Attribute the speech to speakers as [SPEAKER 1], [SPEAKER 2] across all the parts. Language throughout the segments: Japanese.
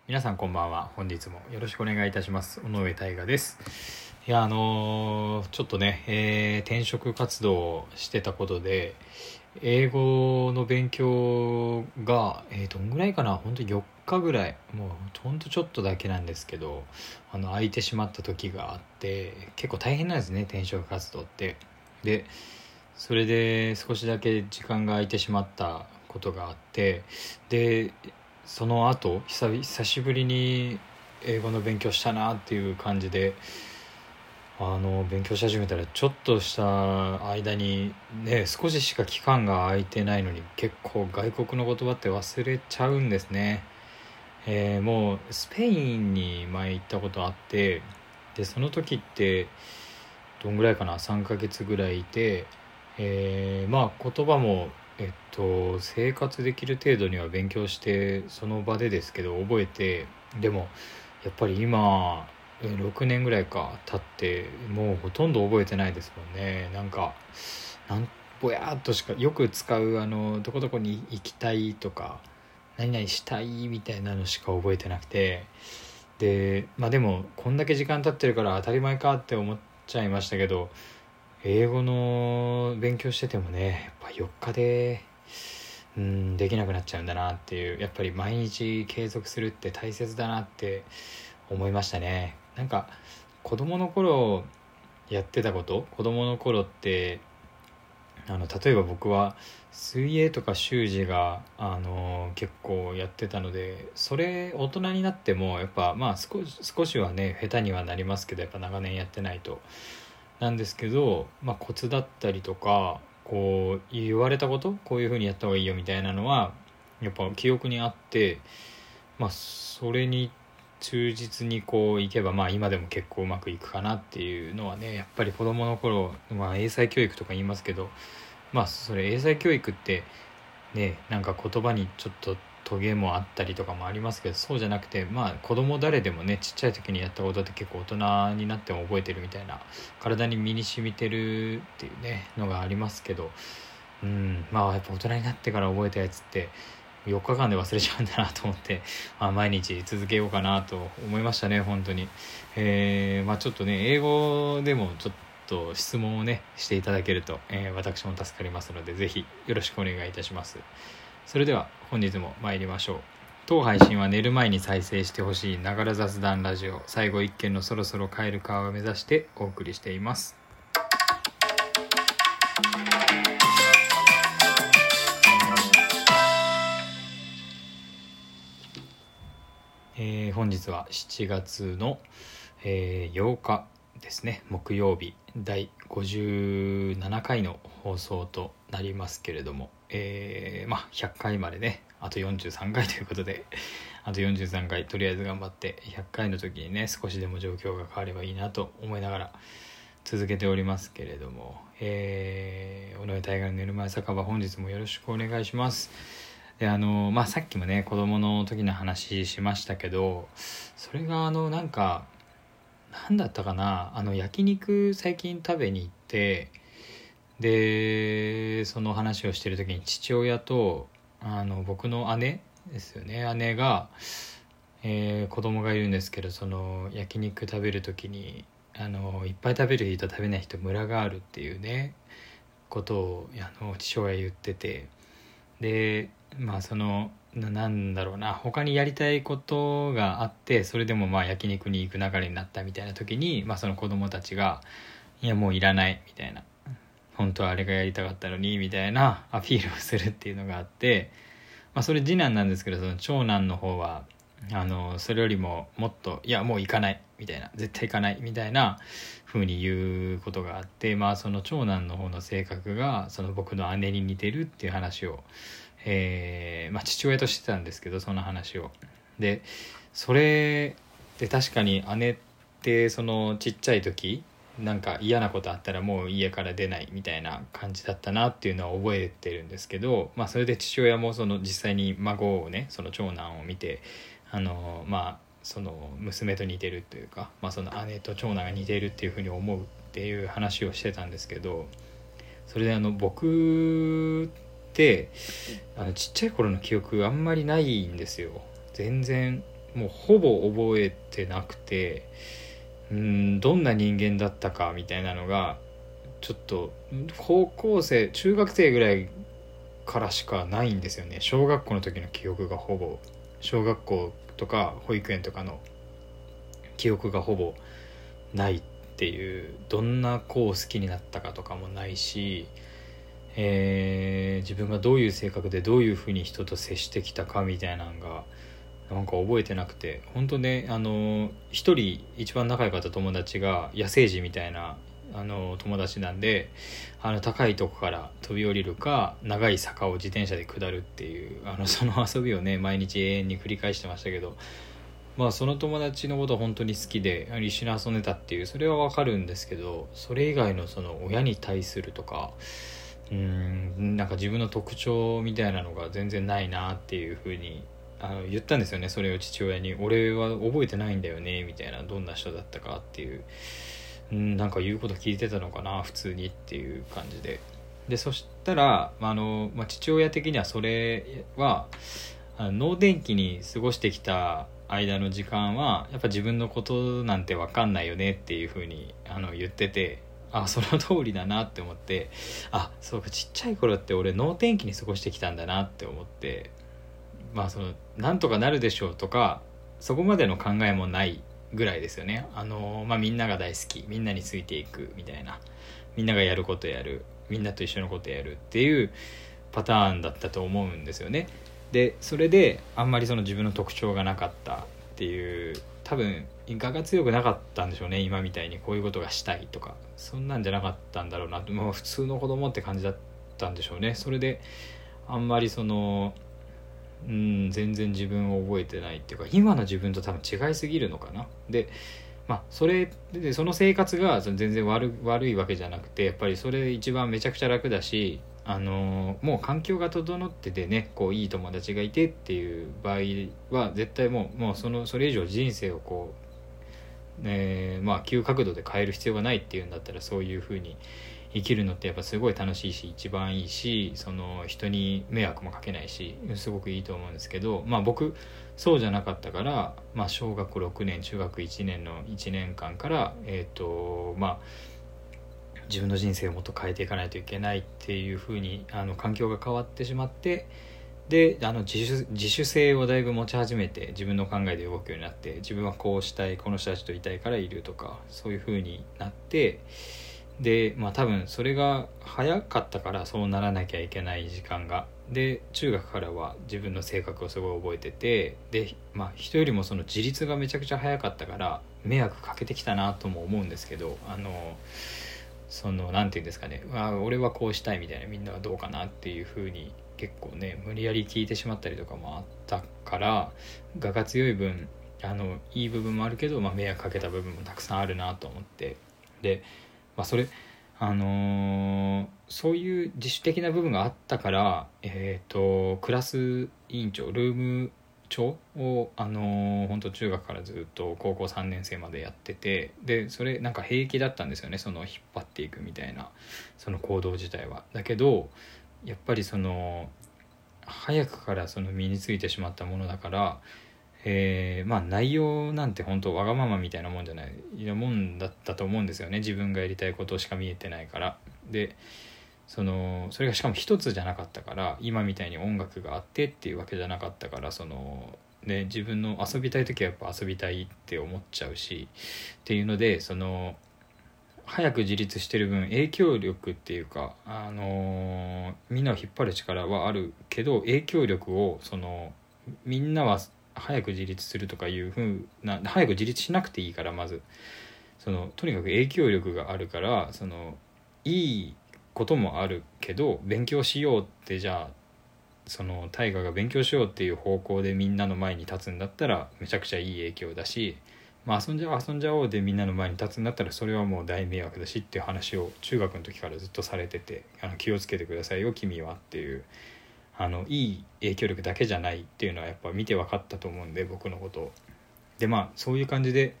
[SPEAKER 1] 皆さんこんばんは。本日もよろしくお願いいたします。尾上大我です。いやちょっとね、転職活動をしてたことで英語の勉強が、どんぐらいかな、本当4日ぐらい、もうほんとちょっとだけなんですけど空いてしまった時があって、結構大変なんですね、転職活動って。でそれで少しだけ時間が空いてしまったことがあって、でその後久しぶりに英語の勉強したなっていう感じで勉強し始めたら、ちょっとした間にね、少ししか期間が空いてないのに結構外国の言葉って忘れちゃうんですね。もうスペインに前行ったことあって、でその時ってどんぐらいかな、3ヶ月ぐらいいて、まあ言葉も生活できる程度には勉強して、その場でですけど覚えて、でもやっぱり今6年ぐらいか経ってもうほとんど覚えてないですもんね。ぼやーっとしか、よく使うどこどこに行きたいとか何々したいみたいなのしか覚えてなくて、ででもこんだけ時間経ってるから当たり前かって思っちゃいましたけど、英語の勉強しててもね、やっぱ4日でできなくなっちゃうんだなっていう、やっぱり毎日継続するって大切だなって思いましたね。なんか子供の頃やってたこと、子供の頃って例えば僕は水泳とか習字が結構やってたので、それ大人になってもやっぱ少しはね下手にはなりますけど、やっぱ長年やってないとなんですけど、コツだったりとか、こう言われたこと、こういう風にやった方がいいよみたいなのはやっぱ記憶にあって、それに忠実にこういけば、今でも結構うまくいくかなっていうのはね、やっぱり子供の頃、英才教育とか言いますけど、それ英才教育ってね、なんか言葉にちょっとトゲもあったりとかもありますけど、そうじゃなくて、子供誰でもね、ちっちゃい時にやったことって結構大人になっても覚えてるみたいな、体に身に染みてるっていうねのがありますけど、やっぱ大人になってから覚えたやつって4日間で忘れちゃうんだなと思って、毎日続けようかなと思いましたね、本当に。ちょっとね、英語でもちょっと質問をねしていただけると、私も助かりますので、ぜひよろしくお願いいたします。それでは本日も参りましょう。当配信は寝る前に再生してほしいながら雑談ラジオ、最後一件のそろそろ帰るかを目指してお送りしています。本日は7月の、8日ですね、木曜日、第57回の放送となりますけれども、100回までねあと43回ということで、あと43回とりあえず頑張って、100回の時にね少しでも状況が変わればいいなと思いながら続けておりますけれども、尾上大河の寝る前酒場、本日もよろしくお願いします。でさっきもね子供の時の話しましたけど、それが何だったかな、焼肉最近食べに行って、でその話をしてる時に父親と僕の姉ですよね、姉が、子供がいるんですけど、その焼肉食べる時にいっぱい食べる人と食べない人ムラがあるっていうねことを父親言ってて、でそのなんだろうな、他にやりたいことがあって、それでも焼肉に行く流れになったみたいな時に、その子供たちがいやもういらないみたいな、本当はあれがやりたかったのにみたいなアピールをするっていうのがあって、それ次男なんですけど、その長男の方はそれよりももっといやもう行かないみたいな、絶対行かないみたいな風に言うことがあって、その長男の方の性格がその僕の姉に似てるっていう話を、父親としてたんですけど、その話を。でそれで確かに姉ってそのちっちゃい時なんか嫌なことあったらもう家から出ないみたいな感じだったなっていうのは覚えてるんですけど、それで父親もその実際に孫をね、その長男を見てその娘と似てるというか、その姉と長男が似てるっていうふうに思うっていう話をしてたんですけど、それで僕ってちっちゃい頃の記憶あんまりないんですよ。全然もうほぼ覚えてなくて、どんな人間だったかみたいなのがちょっと高校生中学生ぐらいからしかないんですよね。小学校の時の記憶がほぼ、小学校とか保育園とかの記憶がほぼないっていう、どんな子を好きになったかとかもないし、自分がどういう性格でどういうふうに人と接してきたかみたいなのがなんか覚えてなくて、本当ね、一人一番仲良かった友達が野生児みたいな友達なんで、高いとこから飛び降りるか長い坂を自転車で下るっていうその遊びをね毎日永遠に繰り返してましたけど、まあその友達のこと本当に好きで一緒に遊んでたっていう、それはわかるんですけど、それ以外のその親に対するとかなんか自分の特徴みたいなのが全然ないなっていうふうに言ったんですよね。それを父親に、俺は覚えてないんだよねみたいな、どんな人だったかっていう、なんか言うこと聞いてたのかな普通にっていう感じで、そしたら父親的にはそれは脳電気に過ごしてきた間の時間はやっぱ自分のことなんて分かんないよねっていう風に言ってて、その通りだなって思って、そうか、ちっちゃい頃って俺脳天気に過ごしてきたんだなって思って、そのなんとかなるでしょうとかそこまでの考えもないぐらいですよね。みんなが大好き、みんなについていくみたいな、みんながやることやる、みんなと一緒のことやるっていうパターンだったと思うんですよね。でそれであんまりその自分の特徴がなかったっていう、多分我が強くなかったんでしょうね。今みたいにこういうことがしたいとかそんなんじゃなかったんだろうなと、普通の子供って感じだったんでしょうね。それであんまりその全然自分を覚えてないっていうか、今の自分と多分違いすぎるのかな。でそれでその生活が全然悪いわけじゃなくて、やっぱりそれ一番めちゃくちゃ楽だし、もう環境が整っててね、こういい友達がいてっていう場合は絶対もうそれ以上人生をこう、急角度で変える必要がないっていうんだったら、そういう風に生きるのってやっぱすごい楽しいし一番いいし、その人に迷惑もかけないしすごくいいと思うんですけど、僕そうじゃなかったから、小学6年中学1年の1年間から自分の人生をもっと変えていかないといけないっていう風に環境が変わってしまって、で自主性をだいぶ持ち始めて、自分の考えで動くようになって、自分はこうしたい、この人たちといたいからいるとか、そういう風になって、で多分それが早かったからそうならなきゃいけない時間が、で中学からは自分の性格をすごい覚えてて、で人よりもその自立がめちゃくちゃ早かったから迷惑かけてきたなとも思うんですけど、そのなんていうんですかね、俺はこうしたいみたいな、みんなはどうかなっていう風に結構ね無理やり聞いてしまったりとかもあったから、我が強い分いい部分もあるけど、迷惑かけた部分もたくさんあるなと思って、でそれそういう自主的な部分があったから、クラス委員長、ルーム長を本当中学からずっと高校3年生までやってて、でそれなんか平気だったんですよね、その引っ張っていくみたいなその行動自体は。だけどやっぱりその早くからその身についてしまったものだから、内容なんて本当わがままみたいなもんじゃないもんだったと思うんですよね。自分がやりたいことしか見えてないから。でそれがしかも一つじゃなかったから、今みたいに音楽があってっていうわけじゃなかったから、自分の遊びたい時はやっぱ遊びたいって思っちゃうしっていうので、早く自立してる分影響力っていうか、みんなを引っ張る力はあるけど、影響力をみんなは早く自立するとかいう風な、早く自立しなくていいから、まずとにかく影響力があるから、いいこともあるけど、勉強しようって、じゃあ大河が勉強しようっていう方向でみんなの前に立つんだったらめちゃくちゃいい影響だし、遊んじゃおうでみんなの前に立つんだったらそれはもう大迷惑だしっていう話を中学の時からずっとされてて、気をつけてくださいよ君はっていう、いい影響力だけじゃないっていうのはやっぱ見て分かったと思うんで、僕のことでそういう感じで、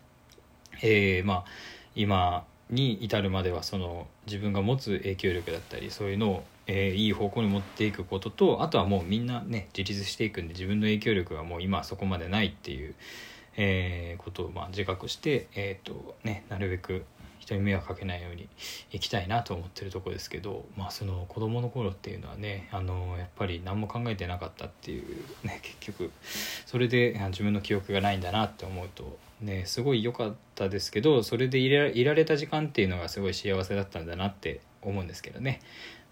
[SPEAKER 1] 今に至るまでは自分が持つ影響力だったりそういうのをいい方向に持っていくことと、あとはもうみんなね自立していくんで、自分の影響力がもう今はそこまでないっていう、ことを自覚して、なるべく人に迷惑かけないようにいきたいなと思ってるところですけど、その子供の頃っていうのはね、やっぱり何も考えてなかったっていうね、結局それで自分の記憶がないんだなって思うとね、すごい良かったですけど、それでいられた時間っていうのがすごい幸せだったんだなって思うんですけどね。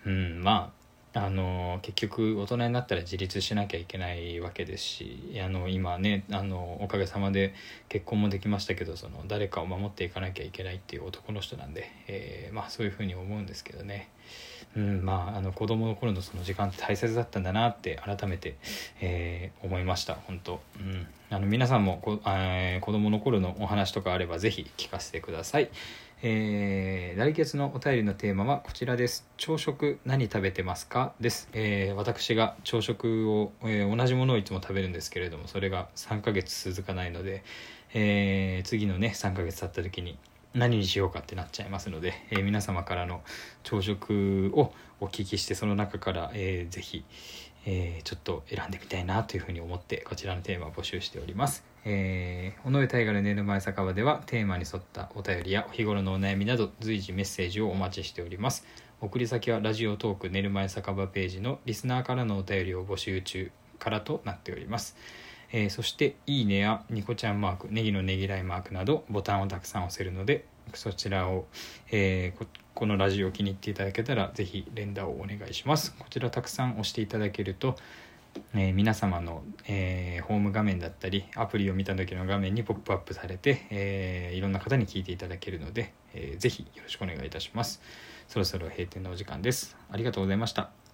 [SPEAKER 1] 結局大人になったら自立しなきゃいけないわけですし、今ねおかげさまで結婚もできましたけど、その誰かを守っていかなきゃいけないっていう男の人なんで、そういうふうに思うんですけどね。子供の頃のその時間って大切だったんだなって改めて、思いました本当。皆さんも子供の頃のお話とかあればぜひ聞かせてください。来月のお便りのテーマはこちらです。朝食何食べてますかです。私が朝食を、同じものをいつも食べるんですけれども、それが3ヶ月続かないので、次のね3ヶ月経った時に何にしようかってなっちゃいますので、皆様からの朝食をお聞きして、その中から、ぜひ、ちょっと選んでみたいなというふうに思ってこちらのテーマを募集しております。尾上大河の寝る前酒場ではテーマに沿ったお便りや日頃のお悩みなど随時メッセージをお待ちしております。送り先はラジオトーク寝る前酒場ページのリスナーからのお便りを募集中からとなっております。そしていいねやニコちゃんマーク、ネギのねぎらいマークなどボタンをたくさん押せるので、そちらを、このラジオを気に入っていただけたらぜひ連打をお願いします。こちらたくさん押していただけると、皆様の、ホーム画面だったりアプリを見た時の画面にポップアップされて、いろんな方に聞いていただけるので、ぜひよろしくお願いいたします。そろそろ閉店のお時間です。ありがとうございました。